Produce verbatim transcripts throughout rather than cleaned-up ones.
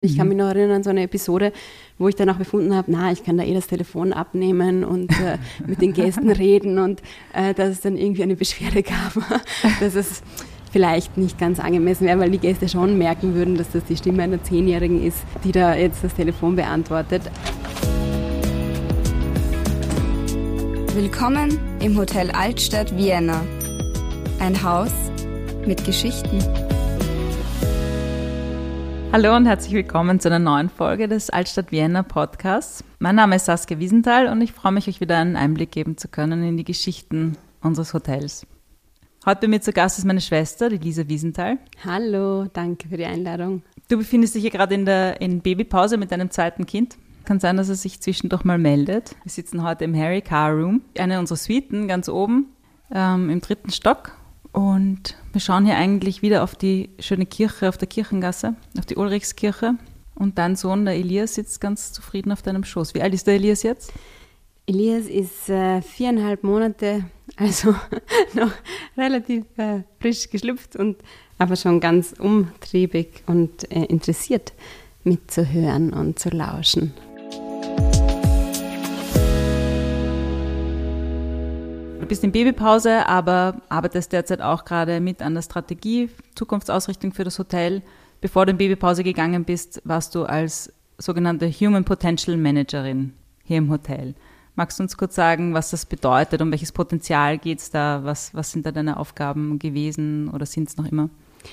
Ich kann mich noch erinnern an so eine Episode, wo ich dann auch befunden habe, na, ich kann da eh das Telefon abnehmen und äh, mit den Gästen reden und äh, dass es dann irgendwie eine Beschwerde gab, dass es vielleicht nicht ganz angemessen wäre, weil die Gäste schon merken würden, dass das die Stimme einer Zehnjährigen ist, die da jetzt das Telefon beantwortet. Willkommen im Hotel Altstadt Vienna. Ein Haus mit Geschichten. Hallo und herzlich willkommen zu einer neuen Folge des Altstadt Vienna Podcasts. Mein Name ist Saskia Wiesenthal und ich freue mich, euch wieder einen Einblick geben zu können in die Geschichten unseres Hotels. Heute bei mir zu Gast ist meine Schwester, die Lisa Wiesenthal. Hallo, danke für die Einladung. Du befindest dich hier gerade in der in Babypause mit deinem zweiten Kind. Kann sein, dass er sich zwischendurch mal meldet. Wir sitzen heute im Harry Car Room, eine unserer Suiten ganz oben ähm, im dritten Stock. Und wir schauen hier eigentlich wieder auf die schöne Kirche, auf der Kirchengasse, auf die Ulrichskirche. Und dein Sohn, der Elias, sitzt ganz zufrieden auf deinem Schoß. Wie alt ist der Elias jetzt? Elias ist äh, viereinhalb Monate, also noch relativ äh, frisch geschlüpft, und aber schon ganz umtriebig und äh, interessiert mitzuhören und zu lauschen. Du bist in Babypause, aber arbeitest derzeit auch gerade mit an der Strategie, Zukunftsausrichtung für das Hotel. Bevor du in Babypause gegangen bist, warst du als sogenannte Human Potential Managerin hier im Hotel. Magst du uns kurz sagen, was das bedeutet, um welches Potenzial geht es da? Was, was sind da deine Aufgaben gewesen oder sind es noch immer?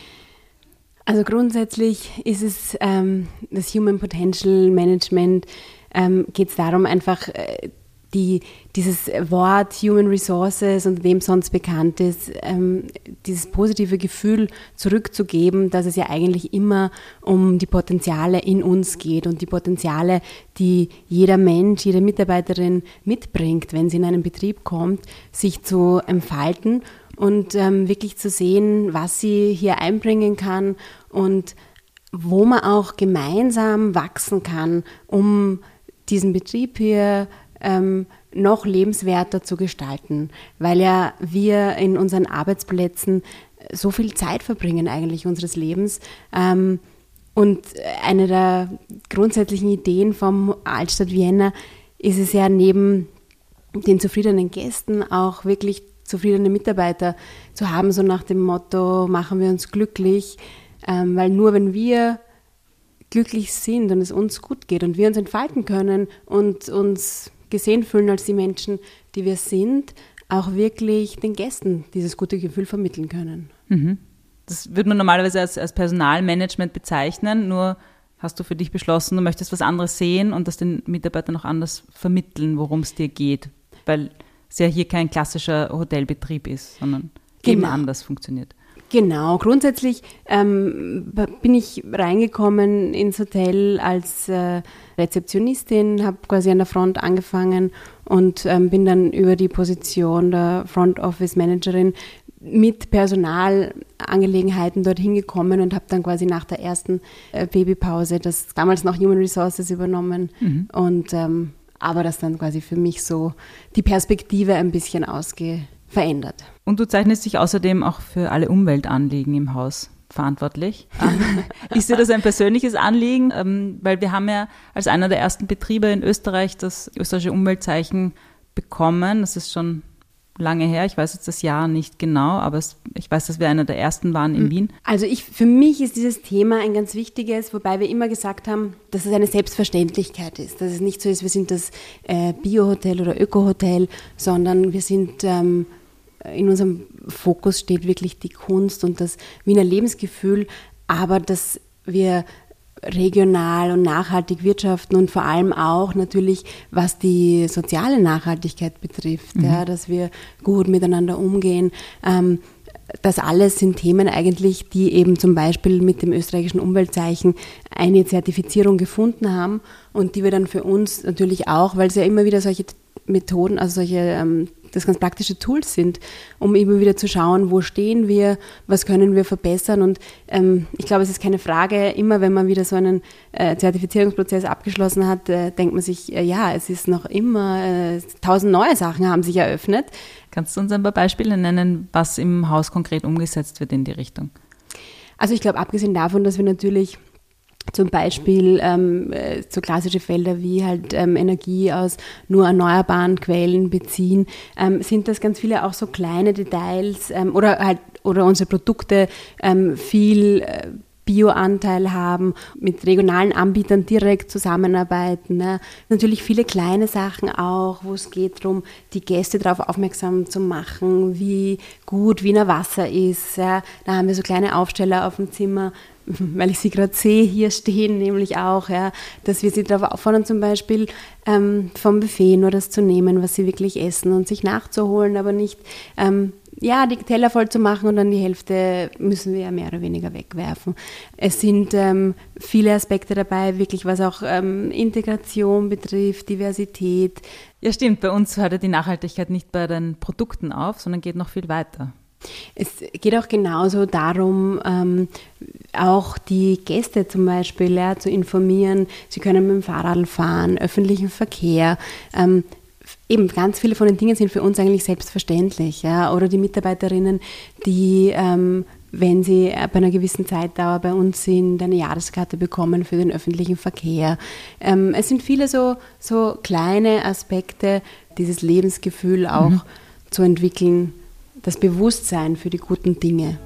Also grundsätzlich ist es ähm, das Human Potential Management, ähm, geht es darum, einfach äh, die, dieses Wort Human Resources und wem sonst bekannt ist, ähm, dieses positive Gefühl zurückzugeben, dass es ja eigentlich immer um die Potenziale in uns geht und die Potenziale, die jeder Mensch, jede Mitarbeiterin mitbringt, wenn sie in einen Betrieb kommt, sich zu entfalten und ähm, wirklich zu sehen, was sie hier einbringen kann und wo man auch gemeinsam wachsen kann, um diesen Betrieb hier ähm, noch lebenswerter zu gestalten, weil ja wir in unseren Arbeitsplätzen so viel Zeit verbringen eigentlich unseres Lebens. Ähm, und eine der grundsätzlichen Ideen vom Altstadt Vienna ist es ja, neben den zufriedenen Gästen auch wirklich zufriedene Mitarbeiter zu haben, so nach dem Motto, machen wir uns glücklich, ähm, weil nur wenn wir glücklich sind und es uns gut geht und wir uns entfalten können und uns gesehen fühlen als die Menschen, die wir sind, auch wirklich den Gästen dieses gute Gefühl vermitteln können. Mhm. Das würde man normalerweise als, als Personalmanagement bezeichnen, nur hast du für dich beschlossen, du möchtest was anderes sehen und das den Mitarbeitern auch anders vermitteln, worum es dir geht, weil es ja hier kein klassischer Hotelbetrieb ist, sondern eben Genau. anders funktioniert. Genau, grundsätzlich ähm, bin ich reingekommen ins Hotel als äh, Rezeptionistin, habe quasi an der Front angefangen und ähm, bin dann über die Position der Front Office Managerin mit Personalangelegenheiten dorthin gekommen und habe dann quasi nach der ersten äh, Babypause das damals noch Human Resources übernommen mhm. und ähm, aber das dann quasi für mich so die Perspektive ein bisschen ausge verändert. Und du zeichnest dich außerdem auch für alle Umweltanliegen im Haus verantwortlich. Ist dir das ein persönliches Anliegen? Ähm, weil wir haben ja als einer der ersten Betriebe in Österreich das österreichische Umweltzeichen bekommen. Das ist schon lange her. Ich weiß jetzt das Jahr nicht genau, aber es, ich weiß, dass wir einer der ersten waren in Wien. Also ich, für mich ist dieses Thema ein ganz wichtiges, wobei wir immer gesagt haben, dass es eine Selbstverständlichkeit ist. Dass es nicht so ist, wir sind das äh, Bio-Hotel oder Öko-Hotel, sondern wir sind, ähm, in unserem Fokus steht wirklich die Kunst und das Wiener Lebensgefühl, aber dass wir regional und nachhaltig wirtschaften und vor allem auch natürlich, was die soziale Nachhaltigkeit betrifft, mhm. ja, dass wir gut miteinander umgehen. Ähm, das alles sind Themen eigentlich, die eben zum Beispiel mit dem österreichischen Umweltzeichen eine Zertifizierung gefunden haben und die wir dann für uns natürlich auch, weil es ja immer wieder solche Methoden, also solche ähm, das ganz praktische Tools sind, um immer wieder zu schauen, wo stehen wir, was können wir verbessern. Und ähm, ich glaube, es ist keine Frage, immer wenn man wieder so einen äh, Zertifizierungsprozess abgeschlossen hat, äh, denkt man sich, äh, ja, es ist noch immer, äh, tausend neue Sachen haben sich eröffnet. Kannst du uns ein paar Beispiele nennen, was im Haus konkret umgesetzt wird in die Richtung? Also ich glaube, abgesehen davon, dass wir natürlich Zum Beispiel ähm, so klassische Felder wie halt ähm, Energie aus nur erneuerbaren Quellen beziehen, ähm, sind das ganz viele auch so kleine Details ähm, oder halt oder unsere Produkte ähm, viel äh, Bioanteil haben, mit regionalen Anbietern direkt zusammenarbeiten. Ne? Natürlich viele kleine Sachen auch, wo es geht darum, die Gäste darauf aufmerksam zu machen, wie gut Wiener Wasser ist. Ja? Da haben wir so kleine Aufsteller auf dem Zimmer, weil ich sie gerade sehe, hier stehen nämlich auch, ja, dass wir sie darauf auffordern, zum Beispiel ähm, vom Buffet nur das zu nehmen, was sie wirklich essen und sich nachzuholen, aber nicht ähm, ja, die Teller voll zu machen und dann die Hälfte müssen wir ja mehr oder weniger wegwerfen. Es sind ähm, viele Aspekte dabei, wirklich was auch ähm, Integration betrifft, Diversität. Ja, stimmt. Bei uns hört ja die Nachhaltigkeit nicht bei den Produkten auf, sondern geht noch viel weiter. Es geht auch genauso darum, ähm, auch die Gäste zum Beispiel ja, zu informieren. Sie können mit dem Fahrrad fahren, öffentlichen Verkehr. Ähm, eben ganz viele von den Dingen sind für uns eigentlich selbstverständlich. Ja? Oder die Mitarbeiterinnen, die, ähm, wenn sie bei einer gewissen Zeitdauer bei uns sind, eine Jahreskarte bekommen für den öffentlichen Verkehr. Ähm, es sind viele so, so kleine Aspekte, dieses Lebensgefühl auch mhm. zu entwickeln, das Bewusstsein für die guten Dinge.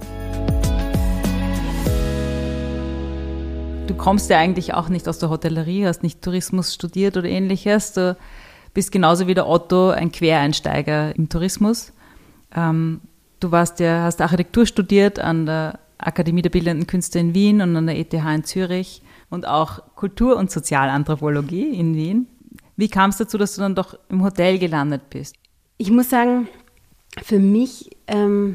Du kommst ja eigentlich auch nicht aus der Hotellerie, hast nicht Tourismus studiert oder Ähnliches. Du bist genauso wie der Otto ein Quereinsteiger im Tourismus. Ähm, du warst ja, hast Architektur studiert an der Akademie der Bildenden Künste in Wien und an der E T H in Zürich und auch Kultur- und Sozialanthropologie in Wien. Wie kam es dazu, dass du dann doch im Hotel gelandet bist? Ich muss sagen, für mich ähm,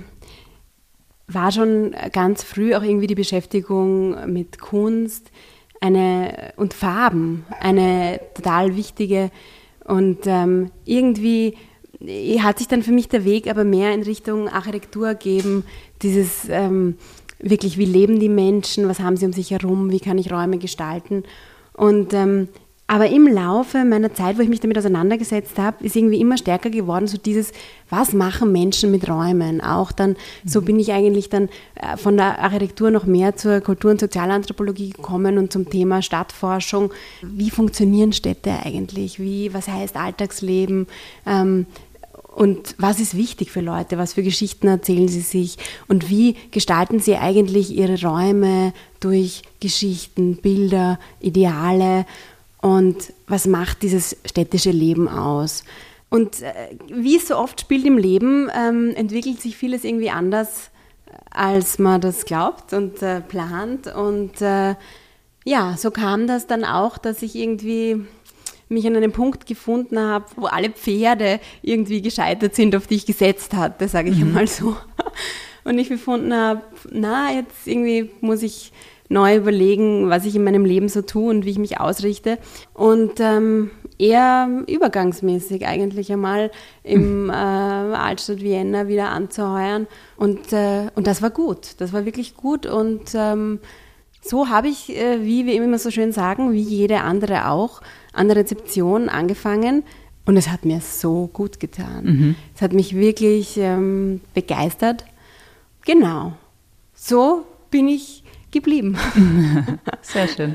war schon ganz früh auch irgendwie die Beschäftigung mit Kunst eine, und Farben eine total wichtige. Und ähm, irgendwie hat sich dann für mich der Weg aber mehr in Richtung Architektur ergeben, dieses ähm, wirklich, wie leben die Menschen, was haben sie um sich herum, wie kann ich Räume gestalten. Und ähm, aber im Laufe meiner Zeit, wo ich mich damit auseinandergesetzt habe, ist irgendwie immer stärker geworden, so dieses, was machen Menschen mit Räumen? Auch dann, so bin ich eigentlich dann von der Architektur noch mehr zur Kultur- und Sozialanthropologie gekommen und zum Thema Stadtforschung. Wie funktionieren Städte eigentlich? Wie, was heißt Alltagsleben? Ähm, Und was ist wichtig für Leute? Was für Geschichten erzählen sie sich? Und wie gestalten sie eigentlich ihre Räume durch Geschichten, Bilder, Ideale? Und was macht dieses städtische Leben aus? Und äh, wie es so oft spielt im Leben, ähm, entwickelt sich vieles irgendwie anders, als man das glaubt und äh, plant. Und äh, ja, so kam das dann auch, dass ich irgendwie mich an einem Punkt gefunden habe, wo alle Pferde irgendwie gescheitert sind, auf die ich gesetzt hatte, sage ich mhm. einmal so. Und ich gefunden habe, na, jetzt irgendwie muss ich neu überlegen, was ich in meinem Leben so tue und wie ich mich ausrichte. Und ähm, eher übergangsmäßig eigentlich einmal im äh, Altstadt Vienna wieder anzuheuern. Und, äh, und das war gut, das war wirklich gut. Und ähm, so habe ich, äh, wie wir immer so schön sagen, wie jede andere auch, an der Rezeption angefangen. Und es hat mir so gut getan. Mhm. Es hat mich wirklich ähm, begeistert. Genau, so bin ich geblieben. Sehr schön.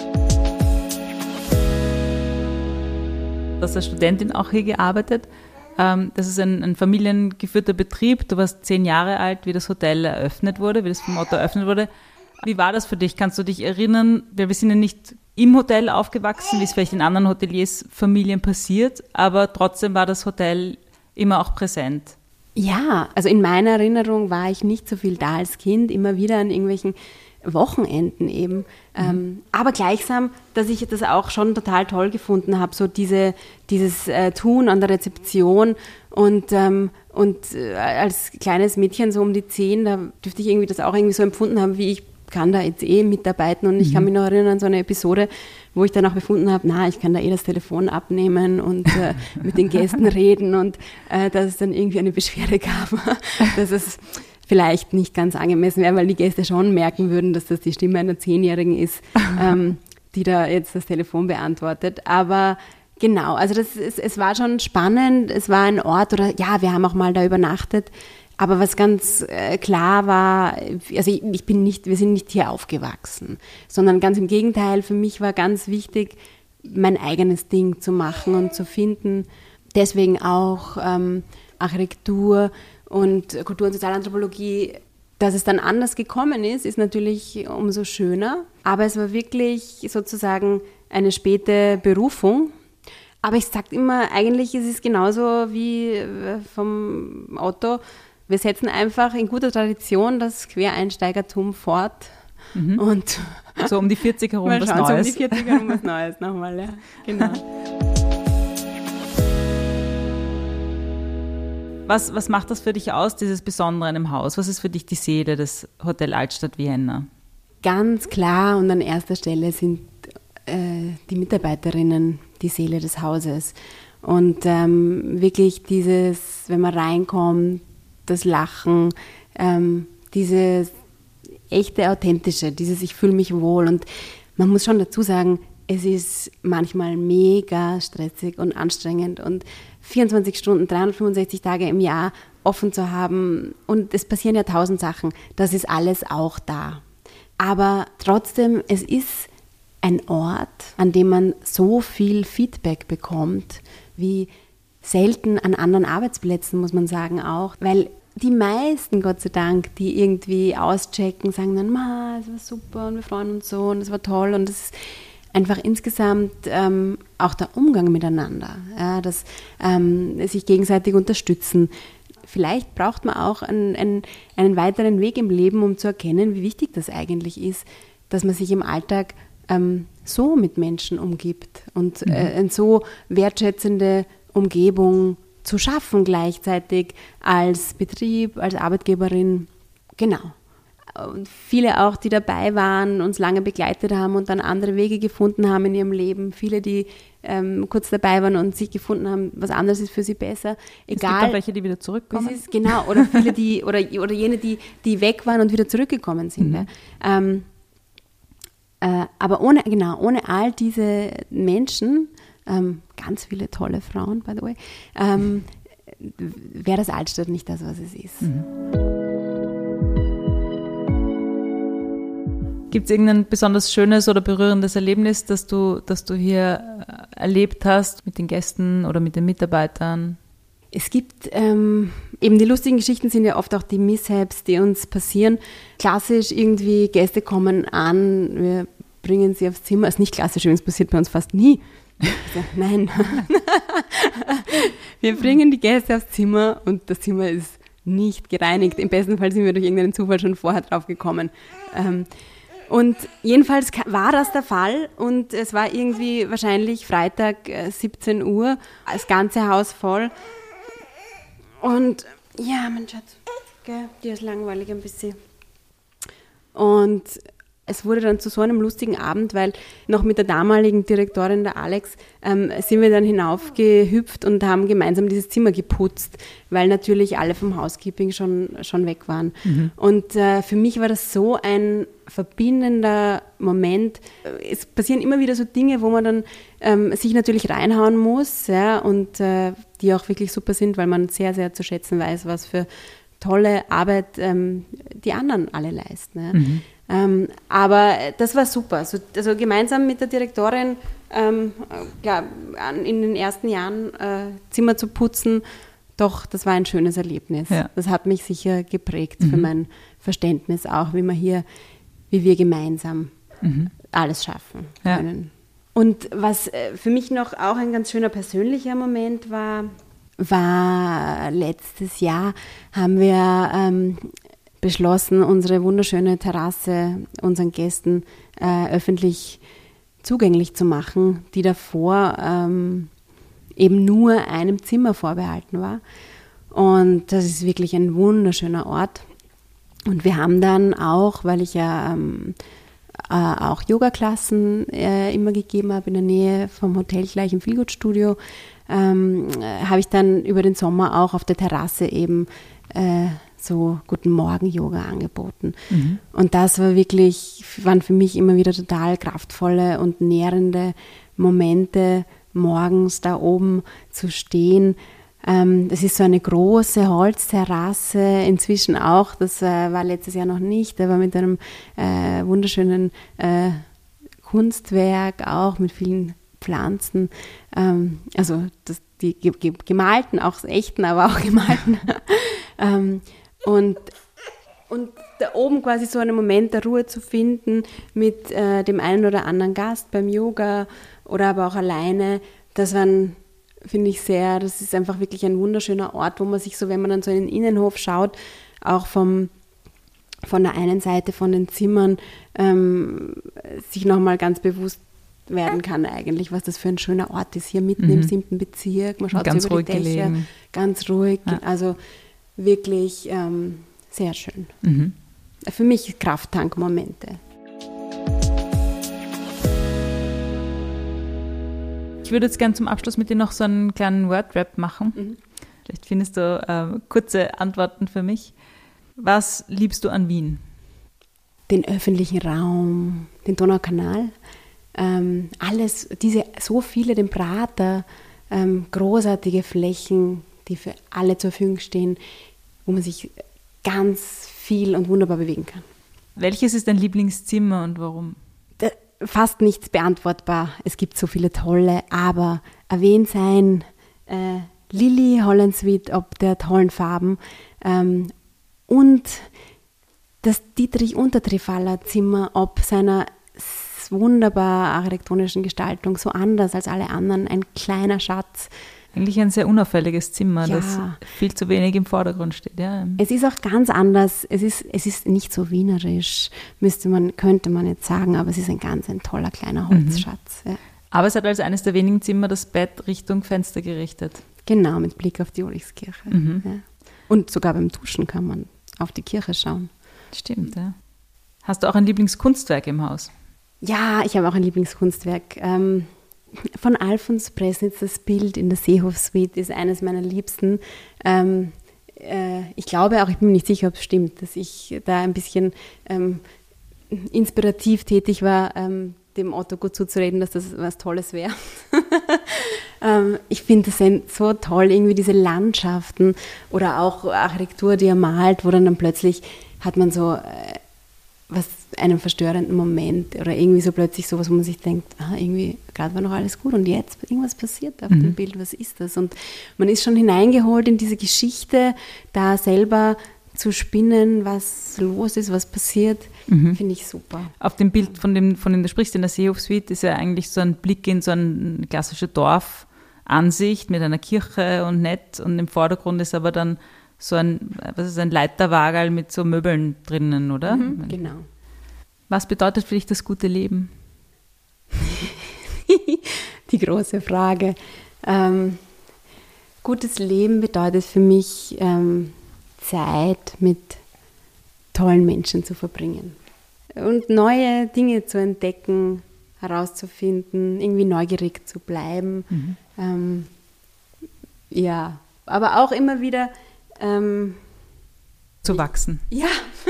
Du hast als Studentin auch hier gearbeitet. Das ist ein, ein familiengeführter Betrieb. Du warst zehn Jahre alt, wie das Hotel eröffnet wurde, wie das vom Otto eröffnet wurde. Wie war das für dich? Kannst du dich erinnern? Wir sind ja nicht im Hotel aufgewachsen, wie es vielleicht in anderen Hoteliers Familien passiert, aber trotzdem war das Hotel immer auch präsent. Ja, also in meiner Erinnerung war ich nicht so viel da als Kind, immer wieder an irgendwelchen Wochenenden eben. Mhm. Ähm, aber gleichsam, dass ich das auch schon total toll gefunden habe, so diese, dieses äh, Tun an der Rezeption und, ähm, und äh, als kleines Mädchen so um die zehn, da dürfte ich irgendwie das auch irgendwie so empfunden haben, wie ich kann da jetzt eh mitarbeiten und mhm. ich kann mich noch erinnern an so eine Episode, wo ich dann auch befunden habe, na, ich kann da eh das Telefon abnehmen und äh, mit den Gästen reden und äh, dass es dann irgendwie eine Beschwerde gab, dass es vielleicht nicht ganz angemessen wäre, weil die Gäste schon merken würden, dass das die Stimme einer Zehnjährigen ist, ähm, die da jetzt das Telefon beantwortet. Aber genau, also das ist, es war schon spannend. Es war ein Ort, oder ja, wir haben auch mal da übernachtet, Aber was ganz äh, klar war, also ich, ich bin nicht, wir sind nicht hier aufgewachsen, sondern ganz im Gegenteil, für mich war ganz wichtig, mein eigenes Ding zu machen und zu finden. Deswegen auch ähm, Architektur und Kultur- und Sozialanthropologie. Dass es dann anders gekommen ist, ist natürlich umso schöner. Aber es war wirklich sozusagen eine späte Berufung. Aber ich sage immer, eigentlich ist es genauso wie vom Auto. Wir setzen einfach in guter Tradition das Quereinsteigertum fort. Mhm. Und so um die vierzig herum was Neues. So um die vierzig herum was Neues nochmal, ja. Genau. Was, was macht das für dich aus, dieses Besondere in einem Haus? Was ist für dich die Seele des Hotel Altstadt Vienna? Ganz klar und an erster Stelle sind äh, die Mitarbeiterinnen die Seele des Hauses. Und ähm, wirklich dieses, wenn man reinkommt, das Lachen, ähm, dieses echte, authentische, dieses ich fühle mich wohl. Und man muss schon dazu sagen, es ist manchmal mega stressig und anstrengend und vierundzwanzig Stunden, dreihundertfünfundsechzig Tage im Jahr offen zu haben und es passieren ja tausend Sachen, das ist alles auch da. Aber trotzdem, es ist ein Ort, an dem man so viel Feedback bekommt, wie selten an anderen Arbeitsplätzen, muss man sagen auch, weil die meisten, Gott sei Dank, die irgendwie auschecken, sagen dann, ma, es war super und wir freuen uns so und es war toll und es ist einfach insgesamt ähm, auch der Umgang miteinander, ja, das ähm, sich gegenseitig unterstützen. Vielleicht braucht man auch einen, einen, einen weiteren Weg im Leben, um zu erkennen, wie wichtig das eigentlich ist, dass man sich im Alltag ähm, so mit Menschen umgibt und äh, eine so wertschätzende Umgebung zu schaffen gleichzeitig als Betrieb, als Arbeitgeberin. Genau. Und viele auch, die dabei waren, uns lange begleitet haben und dann andere Wege gefunden haben in ihrem Leben. Viele, die ähm, kurz dabei waren und sich gefunden haben, was anderes ist für sie besser. Egal. Es gibt auch welche, die wieder zurückkommen. Ist, genau, oder viele, die, oder, oder jene, die, die weg waren und wieder zurückgekommen sind. Mhm. Ja. Ähm, äh, aber ohne, genau, ohne all diese Menschen, ähm, ganz viele tolle Frauen, by the way, ähm, wäre das Altstadt nicht das, was es ist. Mhm. Gibt es irgendein besonders schönes oder berührendes Erlebnis, das du, das du hier erlebt hast mit den Gästen oder mit den Mitarbeitern? Es gibt ähm, eben die lustigen Geschichten, sind ja oft auch die Mishaps, die uns passieren. Klassisch irgendwie, Gäste kommen an, wir bringen sie aufs Zimmer. Das ist nicht klassisch, übrigens passiert bei uns fast nie. Also, nein. Wir bringen die Gäste aufs Zimmer und das Zimmer ist nicht gereinigt. Im besten Fall sind wir durch irgendeinen Zufall schon vorher drauf gekommen. Ähm, Und jedenfalls war das der Fall und es war irgendwie wahrscheinlich Freitag äh, siebzehn Uhr, das ganze Haus voll. Und ja, mein Schatz, gell, dir ist langweilig ein bisschen. Und es wurde dann zu so einem lustigen Abend, weil noch mit der damaligen Direktorin, der Alex, ähm, sind wir dann hinaufgehüpft und haben gemeinsam dieses Zimmer geputzt, weil natürlich alle vom Housekeeping schon, schon weg waren. Mhm. Und äh, für mich war das so ein verbindender Moment. Es passieren immer wieder so Dinge, wo man dann ähm, sich natürlich reinhauen muss, ja, und äh, die auch wirklich super sind, weil man sehr, sehr zu schätzen weiß, was für tolle Arbeit ähm, die anderen alle leisten. Ja. Mhm. Ähm, aber das war super. Also, also gemeinsam mit der Direktorin ähm, ja, in den ersten Jahren äh, Zimmer zu putzen, doch, das war ein schönes Erlebnis. Ja. Das hat mich sicher geprägt mhm. für mein Verständnis auch, wie man hier, wie wir gemeinsam mhm. alles schaffen können. Ja. Und was für mich noch auch ein ganz schöner persönlicher Moment war, war letztes Jahr haben wir ähm, beschlossen, unsere wunderschöne Terrasse unseren Gästen äh, öffentlich zugänglich zu machen, die davor ähm, eben nur einem Zimmer vorbehalten war. Und das ist wirklich ein wunderschöner Ort. Und wir haben dann auch, weil ich ja ähm, äh, auch Yoga-Klassen äh, immer gegeben habe in der Nähe vom Hotel gleich im Feelgood-Studio, ähm, äh, habe ich dann über den Sommer auch auf der Terrasse eben äh, so Guten Morgen Yoga angeboten. Mhm. Und das war wirklich, waren für mich immer wieder total kraftvolle und nährende Momente, morgens da oben zu stehen, Ähm, das ist so eine große Holzterrasse, inzwischen auch, das äh, war letztes Jahr noch nicht, aber mit einem äh, wunderschönen äh, Kunstwerk, auch mit vielen Pflanzen, ähm, also das, die ge- ge- gemalten, auch echten, aber auch gemalten. ähm, und, und da oben quasi so einen Moment der Ruhe zu finden mit äh, dem einen oder anderen Gast beim Yoga oder aber auch alleine, das waren, finde ich sehr, das ist einfach wirklich ein wunderschöner Ort, wo man sich so, wenn man dann so in den Innenhof schaut, auch vom von der einen Seite von den Zimmern ähm, sich nochmal ganz bewusst werden kann eigentlich, was das für ein schöner Ort ist, hier mitten mhm. im siebten Bezirk. Man schaut ganz über ruhig die Dächer, gelegen. Ganz ruhig, ja. Also wirklich ähm, sehr schön. Mhm. Für mich Krafttankmomente. Ich würde jetzt gerne zum Abschluss mit dir noch so einen kleinen Word-Rap machen. Mhm. Vielleicht findest du äh, kurze Antworten für mich. Was liebst du an Wien? Den öffentlichen Raum, den Donaukanal, ähm, alles, diese, so viele, den Prater, ähm, großartige Flächen, die für alle zur Verfügung stehen, wo man sich ganz viel und wunderbar bewegen kann. Welches ist dein Lieblingszimmer und warum? Da, fast nichts beantwortbar. Es gibt so viele tolle, aber erwähnt sein äh, Lilly Holland Suite, ob der tollen Farben, ähm, und das Dietrich-Untertrifaller-Zimmer, ob seiner wunderbar architektonischen Gestaltung, so anders als alle anderen, ein kleiner Schatz. Eigentlich ein sehr unauffälliges Zimmer, ja. Das viel zu wenig im Vordergrund steht. Ja. Es ist auch ganz anders, es ist, es ist nicht so wienerisch, müsste man, könnte man jetzt sagen, aber es ist ein ganz ein toller kleiner Holzschatz. Mhm. Ja. Aber es hat als eines der wenigen Zimmer das Bett Richtung Fenster gerichtet. Genau, mit Blick auf die Ulrichskirche. Mhm. Ja. Und sogar beim Duschen kann man auf die Kirche schauen. Stimmt, ja. Hast du auch ein Lieblingskunstwerk im Haus? Ja, ich habe auch ein Lieblingskunstwerk. Ähm, von Alfons Presnitz, das Bild in der Seehof-Suite ist eines meiner Liebsten. Ähm, äh, ich glaube auch, ich bin mir nicht sicher, ob es stimmt, dass ich da ein bisschen ähm, inspirativ tätig war, ähm, dem Otto gut zuzureden, dass das was Tolles wäre. ähm, ich finde das so toll, irgendwie diese Landschaften oder auch Architektur, die er malt, wo dann, dann plötzlich hat man so äh, was, einen verstörenden Moment oder irgendwie so plötzlich sowas, wo man sich denkt, ah, irgendwie, gerade war noch alles gut und jetzt irgendwas passiert auf mhm. dem Bild, was ist das? Und man ist schon hineingeholt in diese Geschichte, da selber zu spinnen, was los ist, was passiert, mhm. finde ich super. Auf dem Bild, von dem, von dem du sprichst, in der Seehof-Suite, ist ja eigentlich so ein Blick in so eine klassische Dorfansicht mit einer Kirche und nett und im Vordergrund ist aber dann so ein, was ist ein Leiterwagerl mit so Möbeln drinnen, oder? Mhm, genau. Was bedeutet für dich das gute Leben? Die große Frage. Ähm, gutes Leben bedeutet für mich, ähm, Zeit mit tollen Menschen zu verbringen und neue Dinge zu entdecken, herauszufinden, irgendwie neugierig zu bleiben. Mhm. Ähm, ja, aber auch immer wieder ähm, zu wachsen. Ja.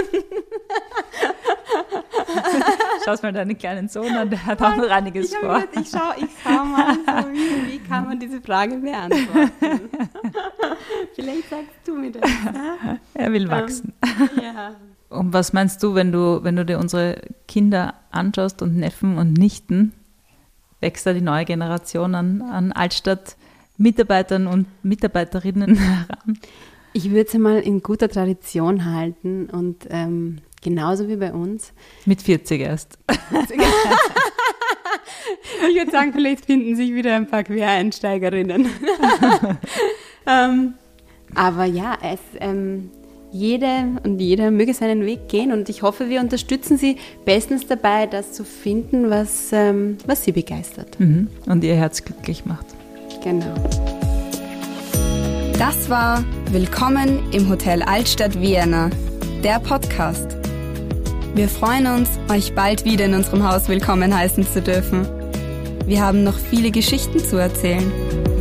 Schau mal deinen kleinen Sohn an, der hat auch noch einiges ich vor. Gedacht, ich schaue ich schau mal, so, wie, wie kann man diese Frage beantworten? Vielleicht sagst du mir das. Ja? Er will wachsen. Um, ja. Und was meinst du, wenn du, wenn du dir unsere Kinder anschaust und Neffen und Nichten, wächst da die neue Generation an, an Altstadt-Mitarbeitern und Mitarbeiterinnen heran? Ich würde es mal in guter Tradition halten und ähm, genauso wie bei uns. Mit vierzig erst. Ich würde sagen, vielleicht finden sich wieder ein paar Quereinsteigerinnen. ähm, aber ja, es, ähm, jede und jeder möge seinen Weg gehen und ich hoffe, wir unterstützen sie bestens dabei, das zu finden, was, ähm, was sie begeistert. Mhm. Und ihr Herz glücklich macht. Genau. Das war Willkommen im Hotel Altstadt Vienna, der Podcast. Wir freuen uns, euch bald wieder in unserem Haus willkommen heißen zu dürfen. Wir haben noch viele Geschichten zu erzählen.